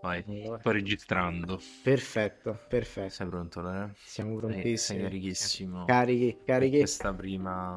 Vai, Allora, sto registrando. perfetto, Sei perfetto. pronto, Lore? Siamo Sei prontissimi. carichissimo Carichi, per carichi. questa prima,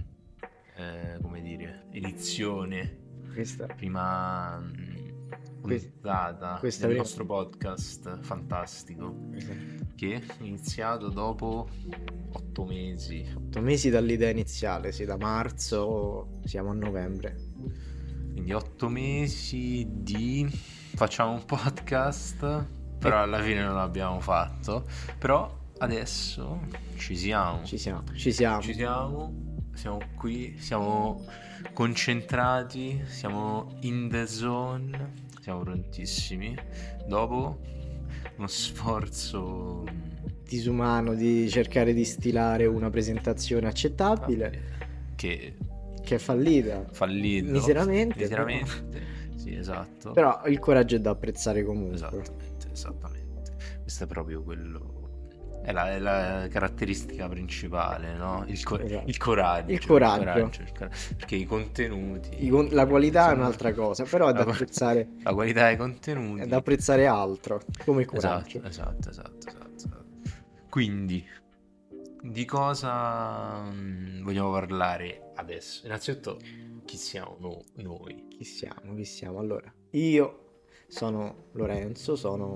come dire, edizione, Questa, prima que- puntata questa del prima. nostro podcast fantastico Esatto. che è iniziato dopo 8 mesi. 8 mesi dall'idea iniziale, sì, da marzo siamo a novembre. Quindi 8 mesi di facciamo un podcast, E però alla fine non l'abbiamo fatto. Però adesso ci siamo. ci siamo, ci siamo. Ci siamo qui, siamo concentrati, siamo in the zone, siamo prontissimi. Dopo uno sforzo Disumano di cercare di stilare una presentazione accettabile, che che è fallita fallito miseramente, miseramente. Sì, esatto. però il coraggio è da apprezzare comunque. Esattamente. Questo è proprio quello. È la caratteristica principale, no? Esatto. Il coraggio, Il coraggio. perché i contenuti, La qualità è insomma, un'altra cosa, però è da la, apprezzare. la qualità dei È da contenuti. apprezzare altro, come coraggio. Esatto. Quindi, di cosa vogliamo parlare adesso? Innanzitutto, chi siamo noi? Chi siamo? Chi siamo? Allora, io sono Lorenzo, sono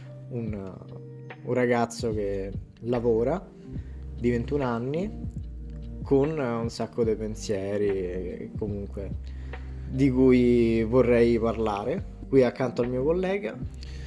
un ragazzo che lavora di 21 anni con un sacco di pensieri comunque di cui vorrei parlare qui accanto al mio collega.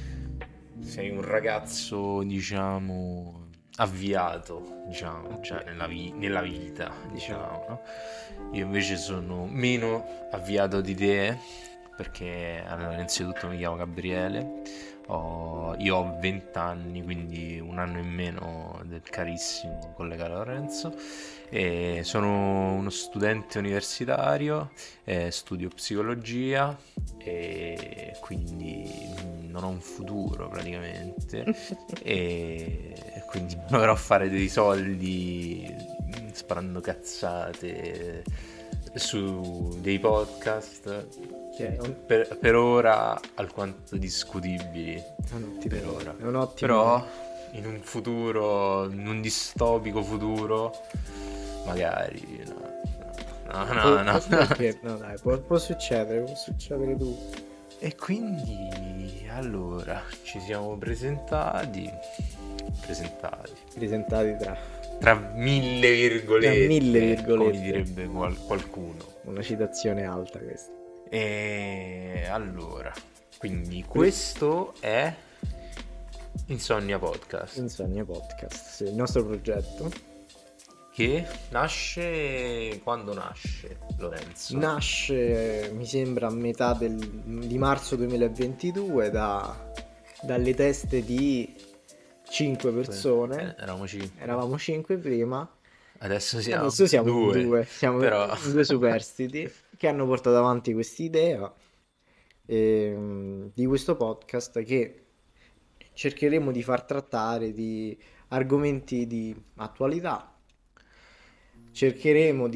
Sei un ragazzo, diciamo, avviato, diciamo, cioè nella vita, diciamo, no? Io invece sono meno avviato di te, perché allora, innanzitutto mi chiamo Gabriele, io ho 20 anni, quindi un anno in meno del carissimo collega Lorenzo, e sono uno studente universitario, studio psicologia e quindi non ho un futuro praticamente e quindi dovrò fare dei soldi sparando cazzate su dei podcast Cioè, per ora alquanto discutibili è un per ottimo, ora, è un ottimo. però in un futuro, in un distopico futuro magari no. Perché? No, dai, può succedere tutto. E quindi allora ci siamo presentati Presentati tra mille tra mille virgolette, come virgolette. direbbe qualcuno. Una citazione alta questa. E allora, quindi questo è Insonnia Podcast, Insonnia Podcast, sì, il nostro progetto. che nasce quando nasce, Lorenzo? Nasce, mi sembra, a metà di marzo 2022 dalle teste di 5 persone. Eravamo 5. Eravamo 5 prima. Adesso siamo Adesso siamo in due, due. Siamo però in due superstiti che hanno portato avanti quest'idea di questo podcast che cercheremo di far trattare di argomenti di attualità. Cercheremo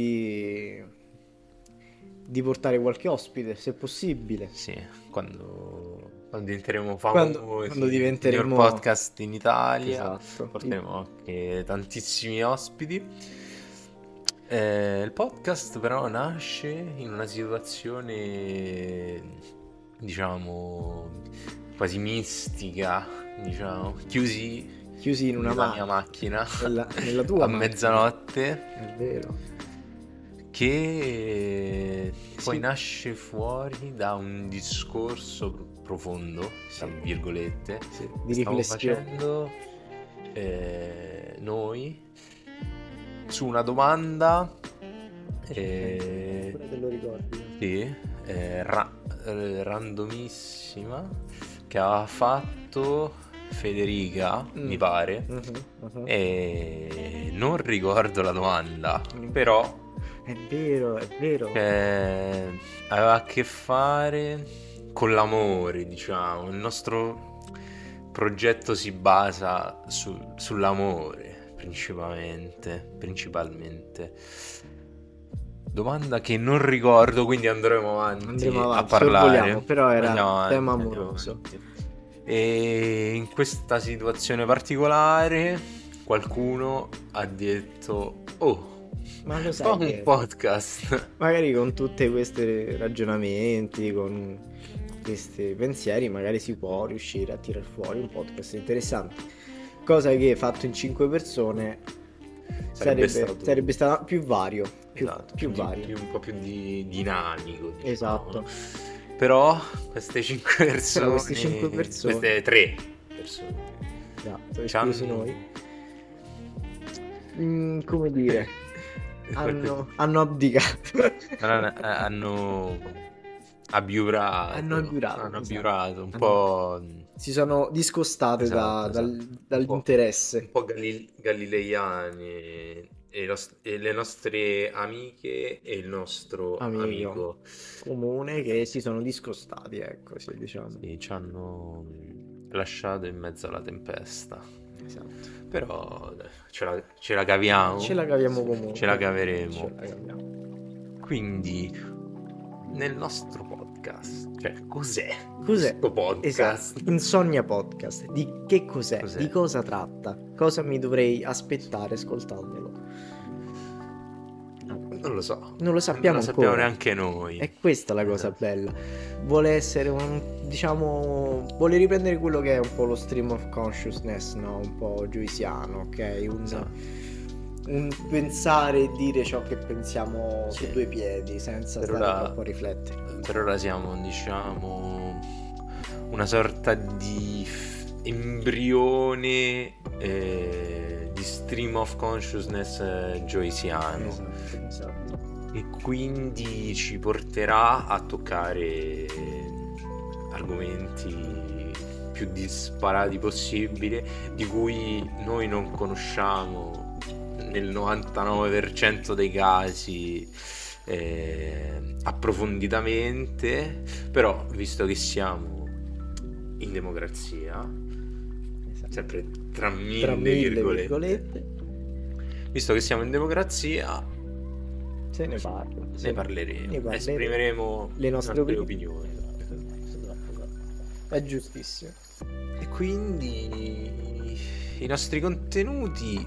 di portare qualche ospite, se possibile. sì, quando diventeremo Quando famosi, il miglior diventeremo. podcast in Italia, Esatto. porteremo anche tantissimi ospiti. Il podcast però nasce in una situazione, diciamo, quasi mistica, diciamo, Chiusi in una nella mia macchina. macchina Nella tua a macchina. mezzanotte, È vero. che poi Sì. nasce fuori da un discorso profondo, tra Sì. virgolette, Sì, che di stiamo riflessione. facendo noi su una domanda Ancora te lo ricordi? sì, randomissima, che aveva fatto Federica, mi pare, e non ricordo la domanda, però È vero, è vero. aveva a che fare con l'amore, diciamo. Il nostro progetto si basa sull'amore, principalmente. Domanda che non ricordo, quindi andremo avanti Andremo a avanti, parlare. sorvoliamo, però era Andiamo avanti, tema andiamo amoroso. avanti. E in questa situazione particolare qualcuno ha detto: oh, Ma lo fa sai un che podcast. magari con tutti questi ragionamenti, con questi pensieri, magari si può riuscire a tirar fuori un podcast interessante. Cosa che fatto in 5 persone sarebbe stato più vario, Esatto, più vario. un po' più dinamico, diciamo, Esatto. no? Però queste 5 persone, queste 5 persone. queste 3 persone, Esatto, esclusi c'hanno- noi. Come dire, hanno abdicato. hanno abbiurato, Hanno abbiurato, hanno esatto. abbiurato un po', Si sono discostate esatto. dall'interesse. un po' galileiani, e le nostre amiche e il nostro amico. Comune che si sono discostati, ecco, sì, diciamo. Sì, ci hanno lasciato in mezzo alla tempesta. Esatto. Però dai, ce la caviamo. Ce la caviamo comunque. Ce la caveremo. Ce la caviamo. Quindi, nel nostro podcast, cioè, cos'è Cos'è? questo podcast? Esatto. Insonnia Podcast. Di che cos'è? Cos'è? Di cosa tratta? Cosa mi dovrei aspettare ascoltandolo? Non lo so. Non lo sappiamo Non lo sappiamo ancora. neanche noi. È questa la cosa Esatto. bella. Vuole essere vuole riprendere quello che è un po' lo stream of consciousness, no? Un po' joysiano, ok? Esatto. Un pensare e dire ciò che pensiamo Sì. su due piedi, senza Per stare ora- troppo a riflettere. Per ora siamo, diciamo, una sorta di embrione di stream of consciousness joysiano. Esatto. E quindi ci porterà a toccare argomenti più disparati possibile, di cui noi non conosciamo nel 99% dei casi approfonditamente, però visto che siamo in democrazia, Esatto. sempre tra mille, Tra mille virgolette, visto che siamo in democrazia, se ne parla. ne parleremo, esprimeremo le nostre opinioni. Esatto. È giustissimo. E quindi i nostri contenuti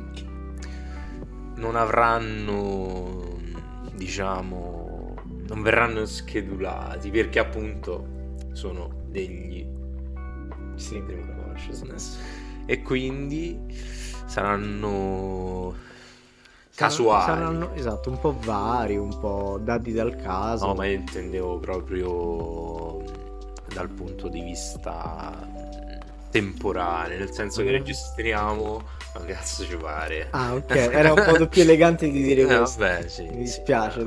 non avranno, diciamo, non verranno schedulati, perché appunto sono degli stream of consciousness, e quindi saranno casuali. Esatto, un po' vari, un po' dati dal caso. No, ma io intendevo proprio dal punto di vista temporale, nel senso che registriamo, ma cazzo ci pare. Ah, ok, era un po' più elegante di dire questo. Vabbè, sì, Mi dispiace.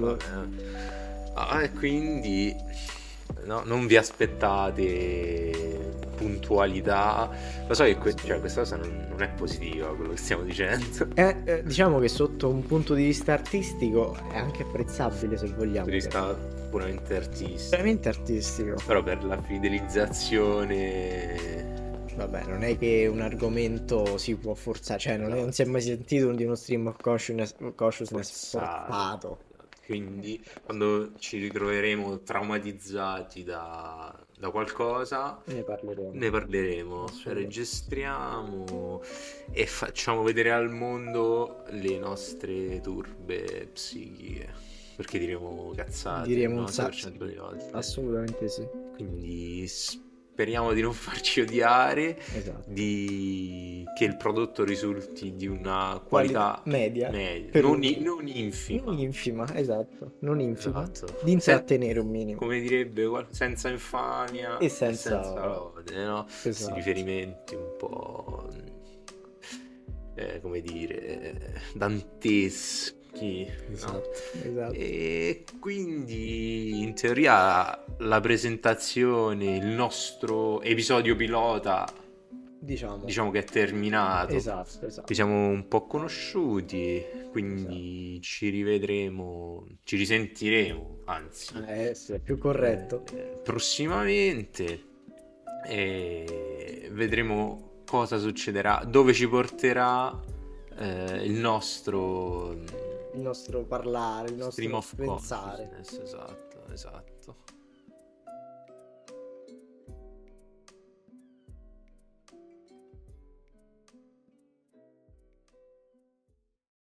E quindi no, non vi aspettate puntualità. Lo so che questa cosa non è positiva, quello che stiamo dicendo. Diciamo che sotto un punto di vista artistico è anche apprezzabile, se vogliamo. Punto di vista puramente artistico. Veramente artistico. Però per la fidelizzazione, vabbè, non è che un argomento si può forzare, cioè non si è mai sentito di uno stream of consciousness forzato. Quindi quando ci ritroveremo traumatizzati da qualcosa, Ne ne parleremo, registriamo e facciamo vedere al mondo le nostre turbe psichiche, perché diremo cazzate Diremo un 90% delle volte. Assolutamente sì. Quindi speriamo di non farci odiare, Esatto. che il prodotto risulti di una qualità media. non infima. Non infima, esatto. Non infima. Esatto. Di intrattenere un minimo. Come direbbe, senza infamia E senza lode, no? Questi Esatto. riferimenti un po', come dire, danteschi. Esatto. No? Esatto. E quindi in teoria la presentazione, il nostro episodio pilota, diciamo che è terminato. Esatto. Ci siamo un po' conosciuti, quindi ci rivedremo, ci risentiremo, anzi, è più corretto. Prossimamente, e vedremo cosa succederà, dove ci porterà il nostro parlare, il nostro stream of pensare. consciousness. Esatto.